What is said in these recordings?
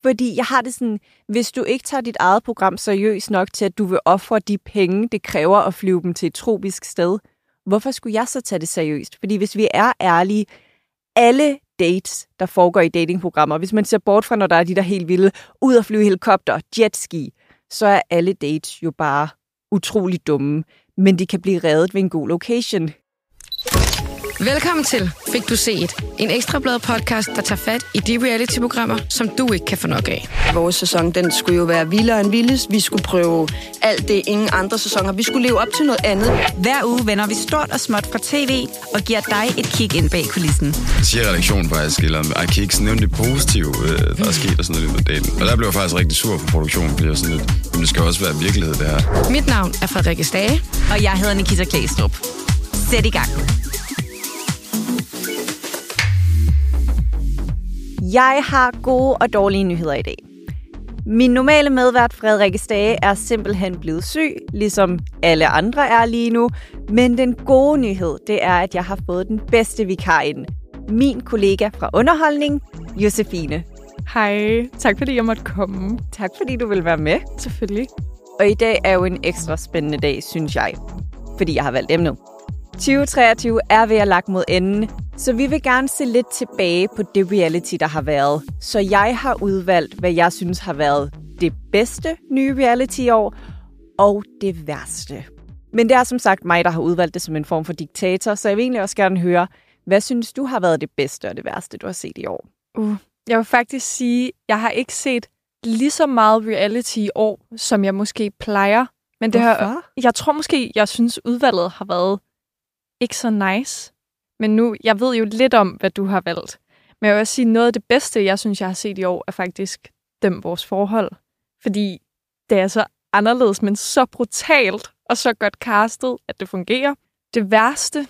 Fordi jeg har det sådan, hvis du ikke tager dit eget program seriøst nok til, at du vil ofre de penge, det kræver at flyve dem til et tropisk sted, hvorfor skulle jeg så tage det seriøst? Fordi hvis vi er ærlige, alle dates, der foregår i datingprogrammer, hvis man ser bort fra, når der er de der helt vilde, ud at flyve helikopter, jetski, så er alle dates jo bare utrolig dumme, men de kan blive reddet ved en god location. Velkommen til Fik du set, en ekstrablad podcast, der tager fat i de reality-programmer, som du ikke kan få nok af. Vores sæson, den skulle jo være vildere end vildest. Vi skulle prøve alt det, ingen andre sæsoner. Vi skulle leve op til noget andet. Hver uge vender vi stort og småt fra tv og giver dig et kig ind bag kulissen. Siger redaktionen faktisk, eller jeg kan ikke nævne det positive, der er sket og sådan noget i daten. Og der blev jeg faktisk rigtig sur på produktionen, fordi jeg sådan lidt, men det skal også være virkelighed, det her. Mit navn er Frederikke Stage. Og jeg hedder Nikita Klæstrup. Sæt i gang. Jeg har gode og dårlige nyheder i dag. Min normale medvært Frederikke Stage er simpelthen blevet syg, ligesom alle andre er lige nu. Men den gode nyhed, det er, at jeg har fået den bedste vikar ind. Min kollega fra Underholdning, Josefine. Hej, tak fordi jeg måtte komme. Tak fordi du vil være med. Selvfølgelig. Og i dag er jo en ekstra spændende dag, synes jeg. Fordi jeg har valgt emnet. 2023 er ved at lagt mod enden, så vi vil gerne se lidt tilbage på det reality, der har været. Så jeg har udvalgt, hvad jeg synes har været det bedste nye reality i år, og det værste. Men det er som sagt mig, der har udvalgt det som en form for diktator, så jeg vil egentlig også gerne høre, hvad synes du har været det bedste og det værste, du har set i år? Jeg vil faktisk sige, at jeg har ikke set lige så meget reality i år, som jeg måske plejer. Men det jeg tror måske, jeg synes udvalget har været ikke så nice. Men nu, jeg ved jo lidt om, hvad du har valgt. Men jeg vil også sige, noget af det bedste, jeg synes, jeg har set i år, er faktisk vores forhold. Fordi det er så anderledes, men så brutalt og så godt castet, at det fungerer. Det værste,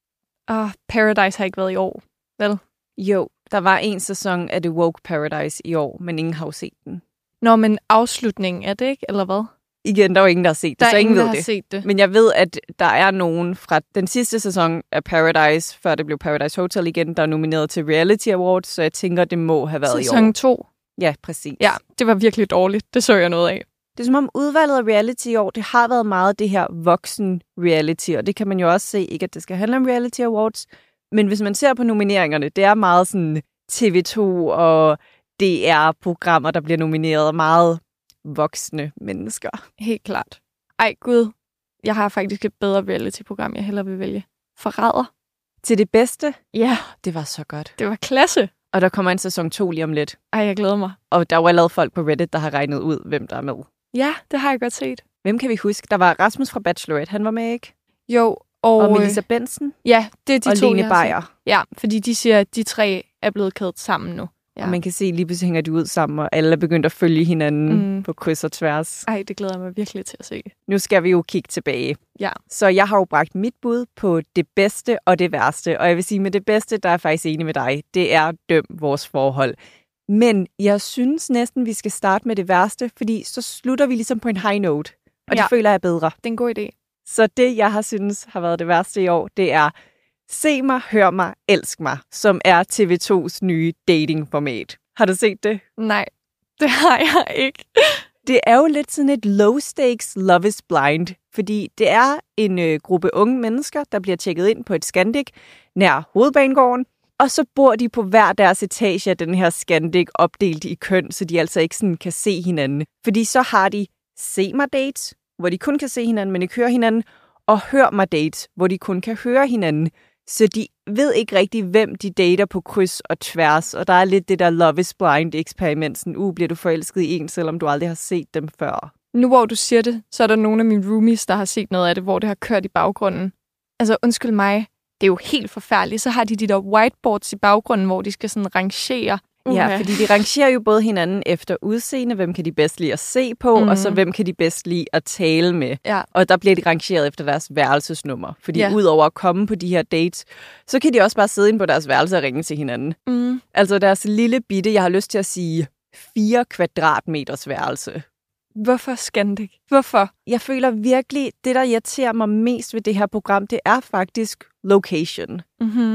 Paradise har ikke været i år, vel? Jo, der var en sæson af The Woke Paradise i år, men ingen har jo set den. Nå, men afslutningen er det ikke, eller hvad? Igen, der er jo ingen, der har set det, der er så ingen ingen, ved der det. Har set det. Men jeg ved, at der er nogen fra den sidste sæson af Paradise, før det blev Paradise Hotel igen, der er nomineret til Reality Awards, så jeg tænker, det må have været sæson i år. 2. Ja, præcis. Ja, det var virkelig dårligt. Det så jeg noget af. Det er som om udvalget af reality i år, det har været meget det her voksen reality, og det kan man jo også se, ikke at det skal handle om Reality Awards, men hvis man ser på nomineringerne, det er meget sådan TV2 og DR-programmer, der bliver nomineret, meget voksne mennesker. Helt klart. Ej gud, jeg har faktisk et bedre reality-program, jeg hellere vil vælge. Forræder. Til det bedste? Ja. Det var så godt. Det var klasse. Og der kommer en sæson 2 lige om lidt. Ej, jeg glæder mig. Og der var lavet folk på Reddit, der har regnet ud, hvem der er med. Ja, det har jeg godt set. Hvem kan vi huske? Der var Rasmus fra Bachelorette, han var med, ikke? Jo, og Melissa Benson. Ja, det er de og to, Lene Beyer. Ja, fordi de siger, at de tre er blevet kædet sammen nu. Ja. Og man kan se, lige pludselig hænger de ud sammen, og alle er begyndt at følge hinanden på kryds og tværs. Ej, det glæder jeg mig virkelig til at se. Nu skal vi jo kigge tilbage. Ja. Så jeg har jo bragt mit bud på det bedste og det værste. Og jeg vil sige, med det bedste, der er jeg faktisk enig med dig. Det er døm vores forhold. Men jeg synes næsten, vi skal starte med det værste, fordi så slutter vi ligesom på en high note. Og det føler jeg bedre. Det er en god idé. Så det, jeg har synes har været det værste i år, det er Se mig, hør mig, elsk mig, som er TV2's nye datingformat. Har du set det? Nej, det har jeg ikke. Det er jo lidt sådan et low stakes Love is Blind, fordi det er en gruppe unge mennesker, der bliver tjekket ind på et Scandic nær Hovedbanegården, og så bor de på hver deres etage af den her Scandic opdelt i køn, så de altså ikke sådan kan se hinanden. Fordi så har de Se mig dates, hvor de kun kan se hinanden, men ikke høre hinanden, og Hør mig dates, hvor de kun kan høre hinanden. Så de ved ikke rigtig, hvem de dater på kryds og tværs, og der er lidt det der Love is Blind-eksperiment. Sådan, bliver du forelsket i en, selvom du aldrig har set dem før. Nu hvor du siger det, så er der nogle af mine roomies, der har set noget af det, hvor det har kørt i baggrunden. Altså, undskyld mig, det er jo helt forfærdeligt. Så har de der whiteboards i baggrunden, hvor de skal sådan rangere. Ja, fordi de rangerer jo både hinanden efter udseende, hvem kan de bedst lide at se på, og så hvem kan de bedst lide at tale med. Ja. Og der bliver de rangeret efter deres værelsesnummer. Fordi udover at komme på de her dates, så kan de også bare sidde inde på deres værelse og ringe til hinanden. Altså deres lille bitte, jeg har lyst til at sige 4 kvadratmeters værelse. Hvorfor Scandic? Hvorfor? Jeg føler virkelig, det der irriterer mig mest ved det her program, det er faktisk location.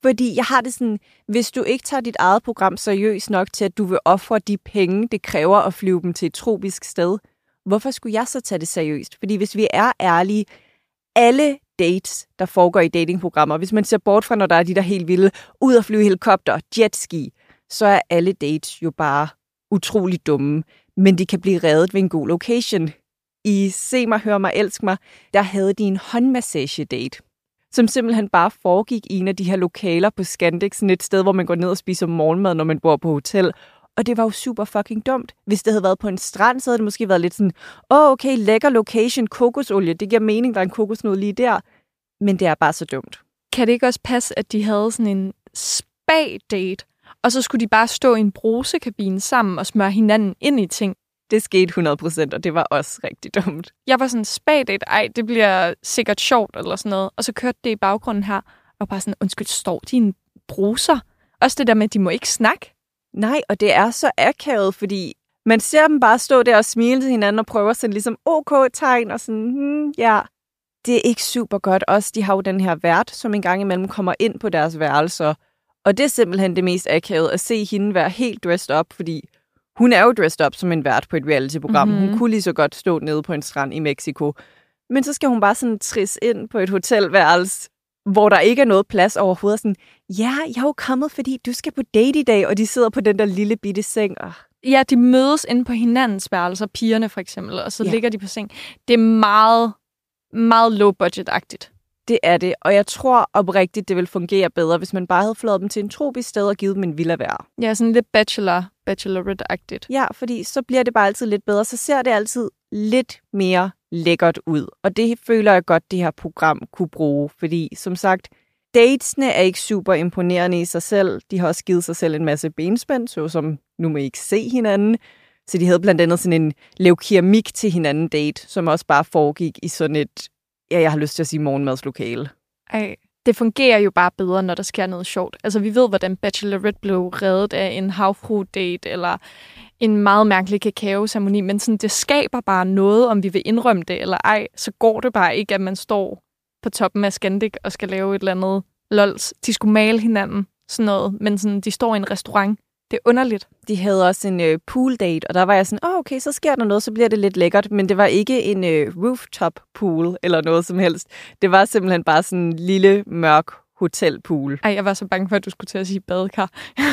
Fordi jeg har det sådan, hvis du ikke tager dit eget program seriøst nok til, at du vil ofre de penge, det kræver at flyve dem til et tropisk sted, hvorfor skulle jeg så tage det seriøst? Fordi hvis vi er ærlige, alle dates, der foregår i datingprogrammer, hvis man ser bort fra, når der er de der helt vilde, ud at flyve helikopter, jetski, så er alle dates jo bare utrolig dumme. Men de kan blive reddet ved en god location. I Se mig, hør mig, elsk mig, der havde de en håndmassage-date, som simpelthen bare foregik i en af de her lokaler på Scandic, sådan et sted, hvor man går ned og spiser morgenmad, når man bor på hotel. Og det var jo super fucking dumt. Hvis det havde været på en strand, så havde det måske været lidt sådan, okay, lækker location, kokosolie, det giver mening, der er en kokosnød lige der. Men det er bare så dumt. Kan det ikke også passe, at de havde sådan en spa-date, og så skulle de bare stå i en brusekabine sammen og smøre hinanden ind i ting? Det skete 100%, og det var også rigtig dumt. Jeg var sådan, spa-date, det bliver sikkert sjovt eller sådan noget. Og så kørte det i baggrunden her, og bare sådan, undskyld, står de i en bruser? Også det der med, at de må ikke snakke. Nej, og det er så akavet, fordi man ser dem bare stå der og smile til hinanden og prøver sådan ligesom OK-tegn og sådan, ja. Det er ikke super godt. Også de har jo den her vært, som en gang imellem kommer ind på deres værelser. Og det er simpelthen det mest akavet at se hende være helt dressed up, fordi hun er jo dressed up som en vært på et reality-program. Mm-hmm. Hun kunne lige så godt stå nede på en strand i Mexico. Men så skal hun bare sådan trisse ind på et hotelværelse, hvor der ikke er noget plads overhovedet. Sådan, ja, jeg er jo kommet, fordi du skal på date i dag, og de sidder på den der lille bitte seng. Ja, de mødes inde på hinandens værelser, pigerne for eksempel, og så ligger de på seng. Det er meget, meget low-budget-agtigt. Det er det, og jeg tror oprigtigt, det vil fungere bedre, hvis man bare havde flået dem til en tropisk sted og givet dem en villa hver. Ja, sådan lidt bachelorette-agtigt. Ja, fordi så bliver det bare altid lidt bedre. Så ser det altid lidt mere lækkert ud. Og det føler jeg godt, det her program kunne bruge. Fordi som sagt, datesne er ikke super imponerende i sig selv. De har også givet sig selv en masse benspænd, så som nu må I ikke se hinanden. Så de havde blandt andet sådan en lav keramik til hinanden date, som også bare foregik i sådan et, ja, jeg har lyst til at sige morgenmadslokale. Ej, det fungerer jo bare bedre, når der sker noget sjovt. Altså, vi ved, hvordan Bachelorette blev reddet af en havfru-date, eller en meget mærkelig kakao-ceremoni, men sådan, det skaber bare noget, om vi vil indrømme det eller ej, så går det bare ikke, at man står på toppen af Scandic og skal lave et eller andet lols. De skulle male hinanden, sådan noget, men sådan, de står i en restaurant. Det er underligt. De havde også en pool-date, og der var jeg sådan, okay, så sker der noget, så bliver det lidt lækkert, men det var ikke en rooftop-pool eller noget som helst. Det var simpelthen bare sådan en lille, mørk hotelpool. Ej, jeg var så bange for, at du skulle til at sige badekar.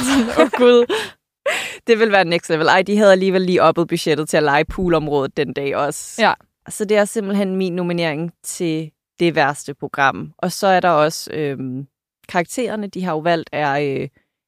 Gud. Det ville være next level. Ej, de havde alligevel lige oppet budgettet til at lege poolområdet den dag også. Ja. Så det er simpelthen min nominering til det værste program. Og så er der også karaktererne, de har jo valgt, er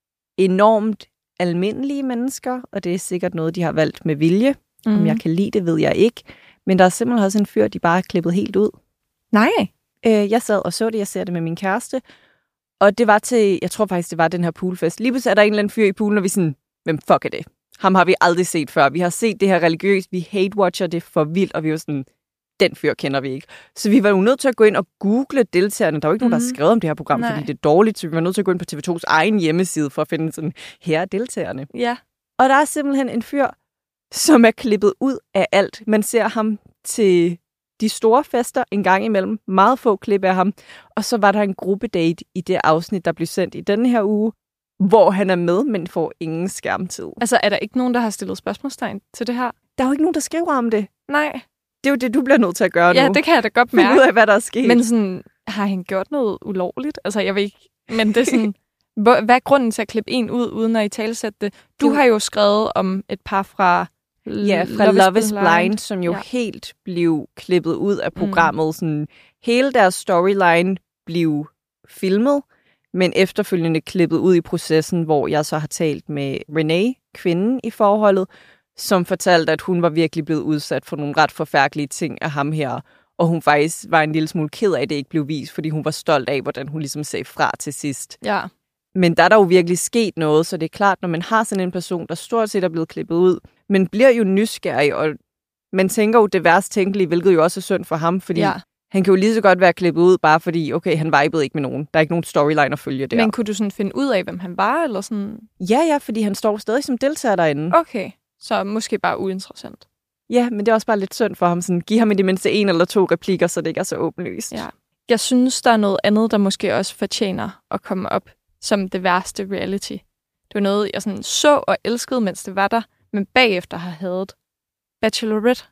enormt almindelige mennesker, og det er sikkert noget, de har valgt med vilje. Mm. Om jeg kan lide det, ved jeg ikke. Men der er simpelthen også en fyr, de bare har klippet helt ud. Nej. Jeg sad og så det, jeg ser det med min kæreste, og det var til, jeg tror faktisk, det var den her poolfest. Lige pludselig er der en eller anden fyr i poolen, og vi sådan, hvem fuck er det? Ham har vi aldrig set før. Vi har set det her religiøst, vi hate-watcher det for vildt, og vi var sådan, den fyr kender vi ikke. Så vi var jo nødt til at gå ind og google deltagerne. Der var ikke nogen, der har skrevet om det her program, fordi det er dårligt, så vi var nødt til at gå ind på TV2's egen hjemmeside for at finde sådan, her er deltagerne. Ja. Og der er simpelthen en fyr, som er klippet ud af alt. Man ser ham til de store fester en gang imellem. Meget få klip af ham. Og så var der en gruppedate i det afsnit, der blev sendt i denne her uge, hvor han er med, men får ingen skærmtid. Altså, er der ikke nogen, der har stillet spørgsmålstegn til det her? Der er jo ikke nogen, der skriver om det. Nej. Det er jo det, du bliver nødt til at gøre nu. Ja, det kan jeg da godt mærke. Finde ud af, hvad der er sket. Men sådan, har han gjort noget ulovligt? Altså, jeg ved ikke. Men det er sådan, hvad er grunden til at klippe en ud, uden at italesætte det? Du har jo skrevet om et par fra Love is Blind, som jo helt blev klippet ud af programmet. Sådan, hele deres storyline blev filmet, men efterfølgende klippet ud i processen, hvor jeg så har talt med Renee, kvinden i forholdet, som fortalte, at hun var virkelig blevet udsat for nogle ret forfærdelige ting af ham her. Og hun faktisk var en lille smule ked af, at det ikke blev vist, fordi hun var stolt af, hvordan hun ligesom sagde fra til sidst. Ja. Men der er jo virkelig sket noget, så det er klart, når man har sådan en person, der stort set er blevet klippet ud, men bliver jo nysgerrig, og man tænker jo det værst tænkelige, hvilket jo også er synd for ham, fordi han kan jo lige så godt være klippet ud, bare fordi, okay, han vibede ikke med nogen. Der er ikke nogen storyline at følge der. Men kunne du sådan finde ud af, hvem han var, eller sådan? Ja, fordi han står stadig som deltager derinde. Okay, så måske bare uinteressant. Ja, men det er også bare lidt synd for ham. Sådan, giv ham i det mindste 1 eller 2 replikker, så det ikke er så åbenlyst. Ja. Jeg synes, der er noget andet, der måske også fortjener at komme op som det værste reality. Det var noget, jeg sådan så og elskede, mens det var der, men bagefter har hadet Bachelorette.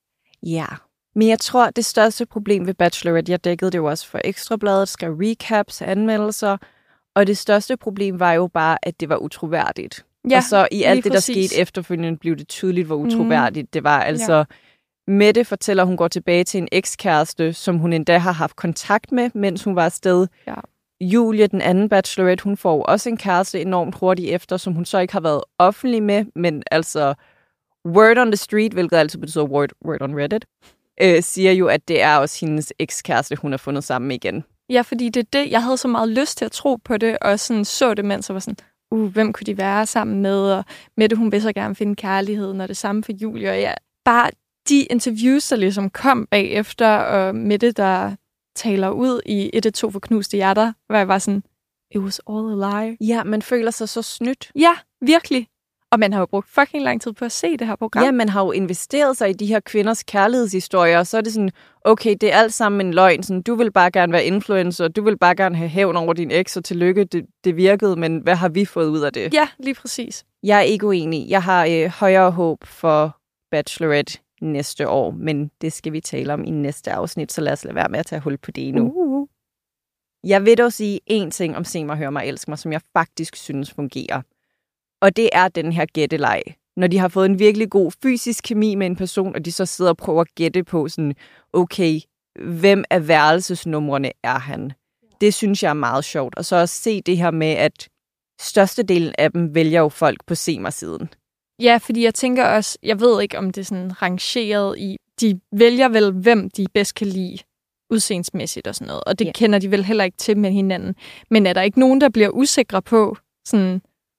Ja, men jeg tror, det største problem ved Bachelorette, jeg dækkede det jo også for Ekstrabladet, skrev recaps, anmeldelser, og det største problem var jo bare, at det var utroværdigt. Ja, og så i alt det, der skete efterfølgende, blev det tydeligt, hvor utroværdigt det var. Altså, Mette fortæller, at hun går tilbage til en ekskæreste, som hun endda har haft kontakt med, mens hun var afsted. Ja. Julie, den anden Bachelorette, hun får også en kæreste enormt hurtigt efter, som hun så ikke har været offentlig med, men altså word on the street, hvilket altid betyder word on Reddit, siger jo, at det er også hendes ekskæreste, hun har fundet sammen med igen. Ja, fordi det er det, jeg havde så meget lyst til at tro på det, og sådan så det, mens jeg var sådan, hvem kunne de være sammen med, og Mette, hun vil så gerne finde kærligheden, og det samme for Julie, og bare de interviews, der ligesom kom bagefter, og Mette, der taler ud i 1-2 for knuste hjerter, hvor jeg var sådan, it was all a lie. Ja, man føler sig så snydt. Ja, virkelig. Og man har jo brugt fucking lang tid på at se det her program. Ja, man har jo investeret sig i de her kvinders kærlighedshistorier, og så er det sådan, okay, det er alt sammen en løgn. Sådan, du vil bare gerne være influencer, du vil bare gerne have hævn over din eks, og tillykke, det virkede, men hvad har vi fået ud af det? Ja, lige præcis. Jeg er ikke uenig. Jeg har højere håb for Bachelorette næste år, men det skal vi tale om i næste afsnit, så lad os lade være med at tage hul på det nu. Jeg vil dog sige én ting om Se mig, hør mig, elsk mig, som jeg faktisk synes fungerer. Og det er den her gætteleg. Når de har fået en virkelig god fysisk kemi med en person, og de så sidder og prøver at gætte på sådan, okay, hvem af værelsesnumrene er han? Det synes jeg er meget sjovt. Og så også se det her med, at størstedelen af dem vælger jo folk på Se mig-siden. Ja, fordi jeg tænker også, jeg ved ikke, om det er sådan rangeret i, de vælger vel, hvem de bedst kan lide udseendsmæssigt og sådan noget. Og det kender de vel heller ikke til med hinanden. Men er der ikke nogen, der bliver usikre på sådan,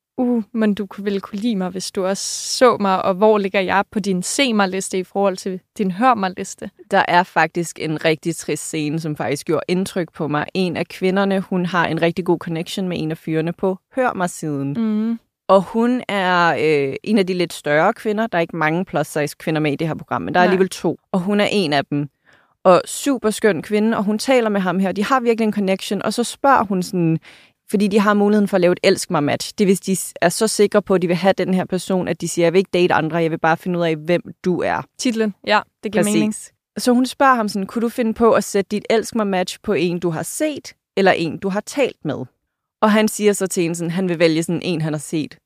men du ville kunne lide mig, hvis du også så mig, og hvor ligger jeg på din se mig-liste i forhold til din hør mig-liste? Der er faktisk en rigtig trist scene, som faktisk gjorde indtryk på mig. En af kvinderne, hun har en rigtig god connection med en af fyrene på hør mig-siden. Og hun er en af de lidt større kvinder. Der er ikke mange plus-size kvinder med i det her program, men der er alligevel 2. Og hun er en af dem. Og super skøn kvinde, og hun taler med ham her. De har virkelig en connection, og så spørger hun sådan, fordi de har muligheden for at lave et elsk mig match. Det er, hvis de er så sikre på, at de vil have den her person, at de siger, jeg vil ikke date andre, jeg vil bare finde ud af, hvem du er. Titlen, ja, det giver mening. Så hun spørger ham sådan, kunne du finde på at sætte dit elsk mig match på en, du har set, eller en, du har talt med? Og han siger så til en sådan, han vil vælge sådan en, han har set.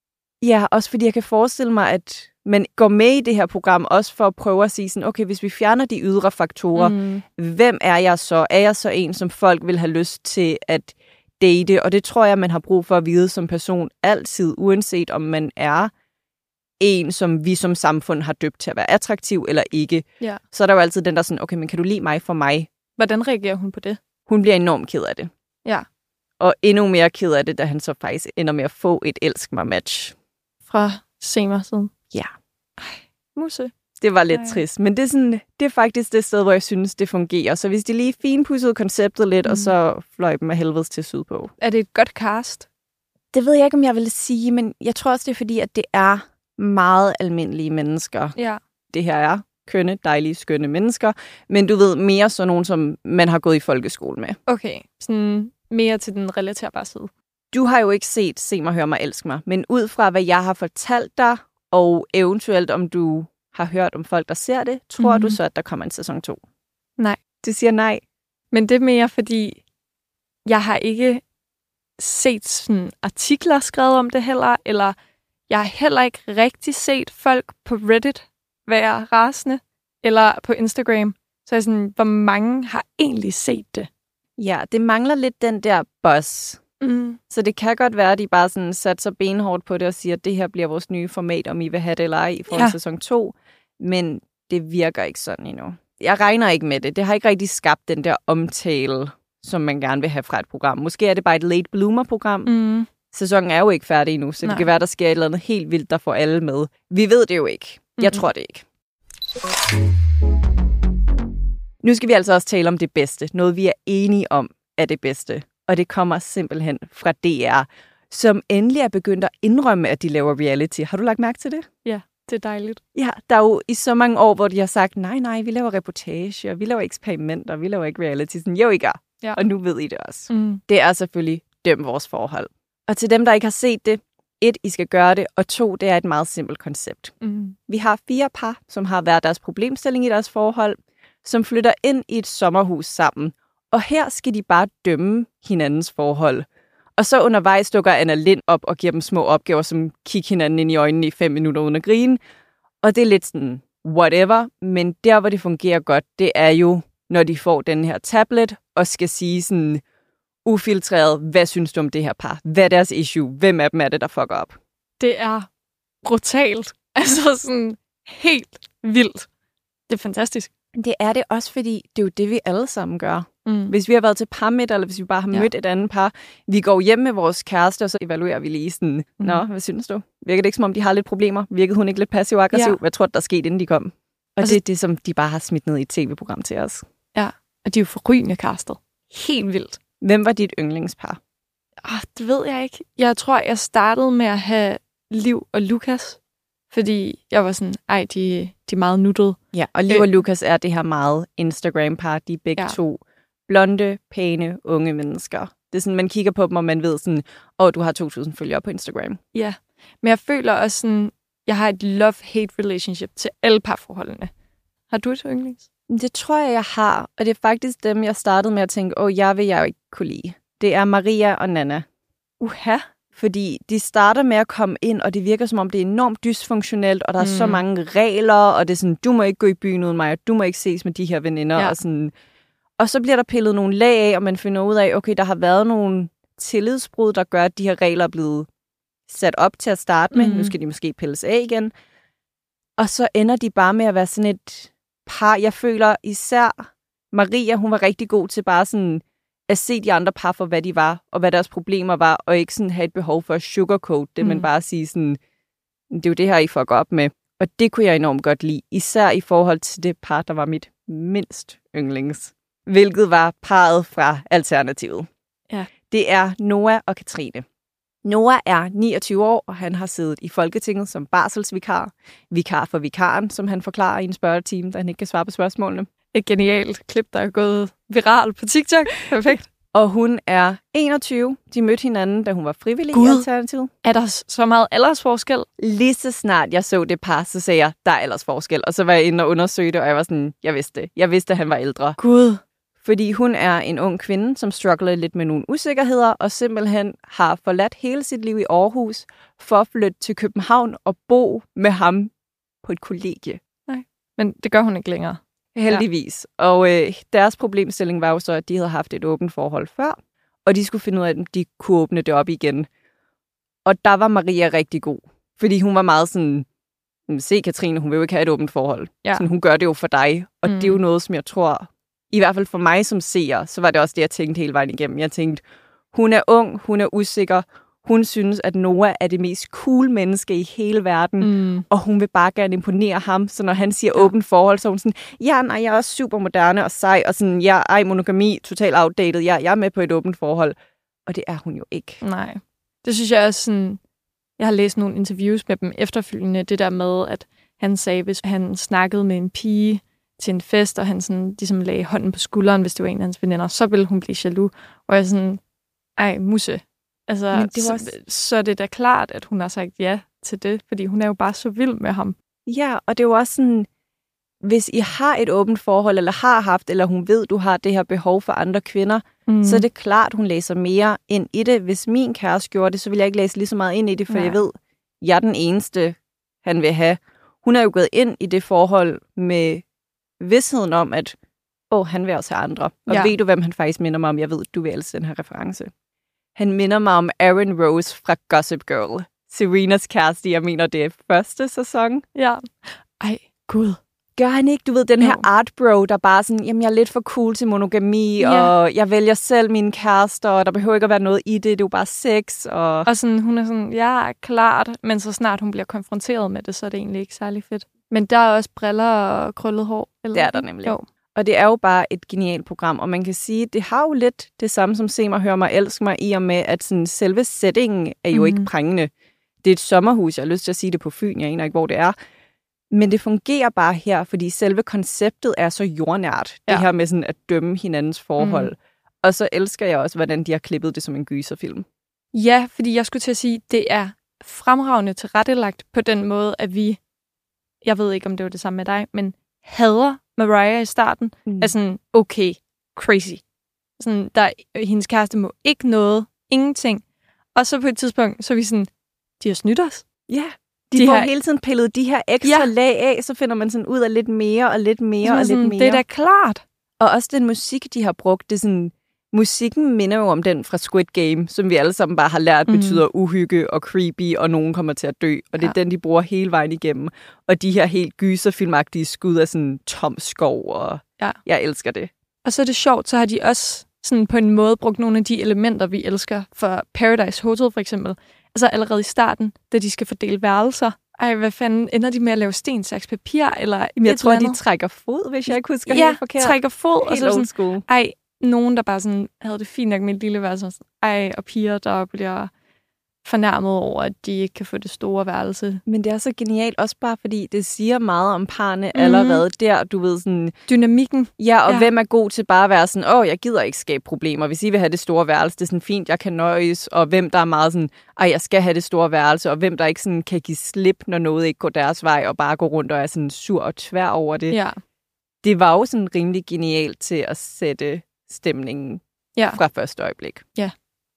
Ja, også fordi jeg kan forestille mig, at man går med i det her program, også for at prøve at sige sådan, okay, hvis vi fjerner de ydre faktorer, hvem er jeg så? Er jeg så en, som folk vil have lyst til at date? Og det tror jeg, man har brug for at vide som person altid, uanset om man er en, som vi som samfund har døbt til at være attraktiv eller ikke. Ja. Så er der jo altid den der sådan, okay, men kan du lide mig for mig? Hvordan reagerer hun på det? Hun bliver enormt ked af det. Ja. Og endnu mere ked af det, da han så faktisk ender med at få et elsk mig match. Fra Se mig siden. Ja. Musse. Det var lidt trist, men det er faktisk det sted, hvor jeg synes, det fungerer. Så hvis de lige finpudsede konceptet lidt, og så fløj dem af helvedes til sydpå. Er det et godt cast? Det ved jeg ikke, om jeg vil sige, men jeg tror også, det er fordi, at det er meget almindelige mennesker. Ja. Det her er kønne, dejlige, skønne mennesker, men du ved, mere sådan nogen, som man har gået i folkeskole med. Okay, sådan mere til den relaterbare side. Du har jo ikke set Se mig, hør mig, elsk mig, men ud fra, hvad jeg har fortalt dig, og eventuelt om du har hørt om folk, der ser det, tror du så, at der kommer en sæson 2? Nej. Du siger nej. Men det er mere, fordi jeg har ikke set sådan artikler skrevet om det heller, eller jeg har heller ikke rigtig set folk på Reddit være rasende, eller på Instagram. Så jeg sådan, hvor mange har egentlig set det? Ja, det mangler lidt den der buzz. Så det kan godt være, at de bare sådan satser benhårdt på det og siger, at det her bliver vores nye format, om I vil have det eller ej for sæson 2. Men det virker ikke sådan endnu. Jeg regner ikke med det. Det har ikke rigtig skabt den der omtale, som man gerne vil have fra et program. Måske er det bare et late bloomer-program. Sæsonen er jo ikke færdig endnu, så det kan være, der sker et eller andet helt vildt, der får alle med. Vi ved det jo ikke. Jeg tror det ikke. Nu skal vi altså også tale om det bedste. Noget, vi er enige om er det bedste. Og det kommer simpelthen fra DR, som endelig er begyndt at indrømme, at de laver reality. Har du lagt mærke til det? Ja, det er dejligt. Ja, der er jo i så mange år, hvor de har sagt, nej, vi laver reportage, og vi laver eksperimenter, vi laver ikke reality. Sådan, jo, I gør. Ja. Og nu ved I det også. Det er selvfølgelig døm vores forhold. Og til dem, der ikke har set det, 1, I skal gøre det, og 2, det er et meget simpelt koncept. Vi har 4 par, som har hver deres problemstilling i deres forhold, som flytter ind i et sommerhus sammen. Og her skal de bare dømme hinandens forhold. Og så undervejs dukker Anna Lind op og giver dem små opgaver, som kigge hinanden ind i øjnene i 5 minutter uden at grine. Og det er lidt sådan, whatever. Men der, hvor det fungerer godt, det er jo, når de får den her tablet og skal sige sådan ufiltreret, hvad synes du om det her par? Hvad er deres issue? Hvem af dem er det, der fucker op? Det er brutalt. Altså sådan helt vildt. Det er fantastisk. Det er det også, fordi det er jo det, vi alle sammen gør. Hvis vi har været til parmiddag, eller hvis vi bare har mødt et andet par, vi går hjem med vores kæreste, og så evaluerer vi lige sådan, nå, hvad synes du? Virker det ikke, som om de har lidt problemer? Virkede hun ikke lidt passiv-aggressiv? Hvad tror du, der skete, inden de kom? Og det er det, som de bare har smidt ned i et tv-program til os. Ja, og de er jo forrygende castet. Helt vildt. Hvem var dit yndlingspar? Det ved jeg ikke. Jeg tror, jeg startede med at have Liv og Lukas, fordi jeg var sådan, de er meget nuttede. Ja, og Liv og Lukas er det her meget Instagram-par. De er begge to blonde, pæne, unge mennesker. Det er sådan, man kigger på dem, og man ved sådan, du har 2.000 følgere på Instagram. Ja, men jeg føler også sådan, jeg har et love-hate relationship til alle parforholdene. Har du et yndlings? Det tror jeg har, og det er faktisk dem, jeg startede med at tænke, jeg vil jo ikke kunne lide. Det er Maria og Nana. Fordi de starter med at komme ind, og det virker som om, det er enormt dysfunktionelt, og der er så mange regler, og det er sådan, du må ikke gå i byen uden mig, og du må ikke ses med de her veninder. Og, sådan. Og så bliver der pillet nogle lag af, og man finder ud af, okay, der har været nogle tillidsbrud, der gør, at de her regler er blevet sat op til at starte med. Nu skal de måske pilles af igen. Og så ender de bare med at være sådan et par. Jeg føler især Maria, hun var rigtig god til bare sådan at se de andre par for, hvad de var, og hvad deres problemer var, og ikke sådan have et behov for at sugarcoat det, men bare sige sådan, det er jo det her, I fucker op med. Og det kunne jeg enormt godt lide, især i forhold til det par, der var mit mindst yndlings, hvilket var parret fra Alternativet. Ja. Det er Noah og Katrine. Noah er 29 år, og han har siddet i Folketinget som barselsvikar. Vikar for vikaren, som han forklarer i en spørgetime, da han ikke kan svare på spørgsmålene. Et genialt klip, der er gået viral på TikTok. Perfekt. Og hun er 21. De mødte hinanden, da hun var frivillig i Alternativet. Er der så meget aldersforskel? Lige så snart jeg så det par, så sagde jeg, der er aldersforskel. Og så var jeg inde og undersøgte det, og jeg var sådan, jeg vidste det. Jeg vidste, at han var ældre. Gud. Fordi hun er en ung kvinde, som struggler lidt med nogle usikkerheder, og simpelthen har forladt hele sit liv i Aarhus for at flytte til København og bo med ham på et kollegie. Nej, men det gør hun ikke længere. Heldigvis. Ja. Og deres problemstilling var jo så, at de havde haft et åbent forhold før, og de skulle finde ud af, at de kunne åbne det op igen. Og der var Maria rigtig god, fordi hun var meget sådan, se Katrine, hun vil jo ikke have et åbent forhold. Ja. Sådan, hun gør det jo for dig, og det er jo noget, som jeg tror, i hvert fald for mig som seer, så var det også det, jeg tænkte hele vejen igennem. Jeg tænkte, hun er ung, hun er usikker, hun synes, at Noah er det mest cool menneske i hele verden, og hun vil bare gerne imponere ham. Så når han siger åbent forhold, så er hun sådan, jeg er også super moderne og sej, og sådan, monogami, totalt outdated, jeg er med på et åbent forhold. Og det er hun jo ikke. Nej. Det synes jeg også sådan, jeg har læst nogle interviews med dem efterfølgende, det der med, at han sagde, hvis han snakkede med en pige til en fest, og han sådan, ligesom lagde hånden på skulderen, hvis det var en af hans veninder, så ville hun blive jaloux. Og jeg sådan, musse. Altså, så er det da klart, at hun har sagt ja til det, fordi hun er jo bare så vild med ham. Ja, og det er jo også sådan, hvis I har et åbent forhold, eller har haft, eller hun ved, du har det her behov for andre kvinder, så er det klart, hun læser mere ind i det. Hvis min kæreste gjorde det, så vil jeg ikke læse lige så meget ind i det, for jeg ved, jeg er den eneste, han vil have. Hun er jo gået ind i det forhold med vidsheden om, at han vil også have andre. Og ved du, hvem han faktisk minder mig om? Jeg ved, du vil elske den her reference. Han minder mig om Aaron Rose fra Gossip Girl. Serenas kæreste, jeg mener, det er første sæson. Ja. Gud. Gør han ikke? Du ved, den her art bro, der bare sådan, jamen, jeg er lidt for cool til monogami, og jeg vælger selv mine kærester, og der behøver ikke at være noget i det, det er jo bare sex. Og sådan, hun er sådan, ja, klart, men så snart hun bliver konfronteret med det, så er det egentlig ikke særlig fedt. Men der er også briller og krøllet hår. Eller det er der nemlig. Jo. Og det er jo bare et genialt program, og man kan sige, det har jo lidt det samme som Se mig, hør mig, elsk mig, i og med, at sådan, selve settingen er jo ikke prængende. Det er et sommerhus, jeg har lyst til at sige det på Fyn, jeg aner ikke, hvor det er. Men det fungerer bare her, fordi selve konceptet er så jordnært. Det her med sådan at dømme hinandens forhold. Og så elsker jeg også, hvordan de har klippet det som en gyserfilm. Ja, fordi jeg skulle til at sige, det er fremragende tilrettelagt på den måde, at vi, jeg ved ikke, om det var det samme med dig, men hader Mariah i starten, er sådan, okay, crazy. Sådan, hendes kæreste må ikke noget, ingenting. Og så på et tidspunkt, så er vi sådan, de har snydt os. Ja, de får hele tiden pillet de her ekstra lag af, så finder man sådan ud af lidt mere og lidt mere og lidt mere. Det er da klart. Og også den musik, de har brugt, det er sådan, musikken minder jo om den fra Squid Game, som vi alle sammen bare har lært betyder uhygge og creepy, og nogen kommer til at dø. Og det er den, de bruger hele vejen igennem. Og de her helt gyserfilmagtige skud af sådan tom skov, og jeg elsker det. Og så er det sjovt, så har de også sådan på en måde brugt nogle af de elementer, vi elsker for Paradise Hotel for eksempel. Altså allerede i starten, da de skal fordele værelser. Ej, hvad fanden, ender de med at lave sten, saks, papir? Eller jeg tror, de trækker fod, hvis jeg ikke husker helt forkert. Ja, trækker fod. Helt og så sådan, nogen, der bare sådan havde det fint nok med et lille værelse. Og piger, der bliver fornærmet over, at de ikke kan få det store værelse. Men det er så genialt, også bare fordi det siger meget om parne allerede der, du ved sådan... Dynamikken. Ja, og hvem er god til bare at være sådan, jeg gider ikke skabe problemer. Hvis I vil have det store værelse, det er sådan fint, jeg kan nøjes. Og hvem der er meget sådan, jeg skal have det store værelse. Og hvem der ikke sådan kan give slip, når noget ikke går deres vej, og bare gå rundt og er sådan sur og tvær over det. Ja. Det var jo sådan rimelig genialt til at sætte stemningen fra første øjeblik. Ja.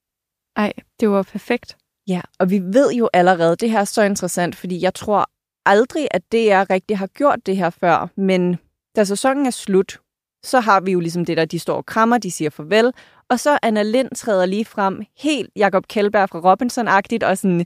Ej, det var perfekt. Ja, og vi ved jo allerede, det her er så interessant, fordi jeg tror aldrig, at DR rigtig har gjort det her før, men da sæsonen er slut, så har vi jo ligesom det der, de står og krammer, de siger farvel, og så Anna Lind træder lige frem, helt Jacob Kjeldberg fra Robinson-agtigt, og sådan,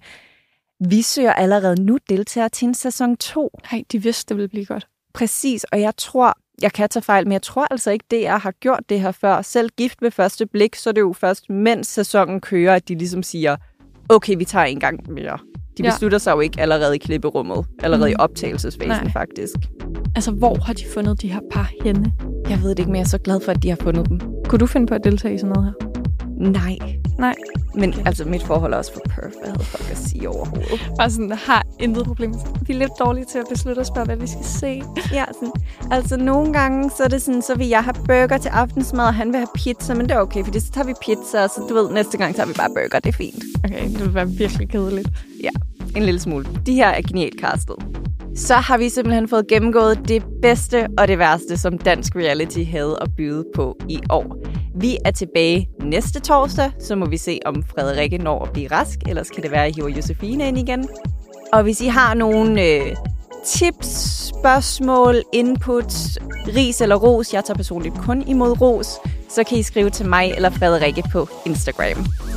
vi søger allerede nu deltagere til en sæson 2. Nej, de vidste, det ville blive godt. Præcis, og jeg tror, jeg kan tage fejl, men jeg tror altså ikke, DR har gjort det her før. Selv Gift ved første blik, så er det jo først, mens sæsonen kører, at de ligesom siger, okay, vi tager en gang mere. De beslutter sig jo ikke allerede i klipperummet. Allerede i optagelsesfasen, faktisk. Altså, hvor har de fundet de her par henne? Jeg ved det ikke, men jeg er så glad for, at de har fundet dem. Kunne du finde på at deltage i sådan noget her? Nej. Men okay. Altså, mit forhold er også for perf. Hvad havde folk at sige overhovedet? Bare sådan, har intet problem. Vi er lidt dårlige til at beslutte os for, hvad vi skal se. Ja, sådan. Altså, nogle gange, så er det sådan, så vil jeg have burger til aftensmad, og han vil have pizza, men det er okay, fordi så tager vi pizza, og så du ved, næste gang tager vi bare burger. Det er fint. Okay, det vil være virkelig kedeligt. Ja, en lille smule. De her er genialt castet. Så har vi simpelthen fået gennemgået det bedste og det værste, som dansk reality havde at byde på i år. Vi er tilbage næste torsdag, så må vi se, om Frederikke når at blive rask, ellers kan det være, at I hiver Josefine ind igen. Og hvis I har nogle tips, spørgsmål, input, ris eller ros, jeg tager personligt kun imod ros, så kan I skrive til mig eller Frederikke på Instagram.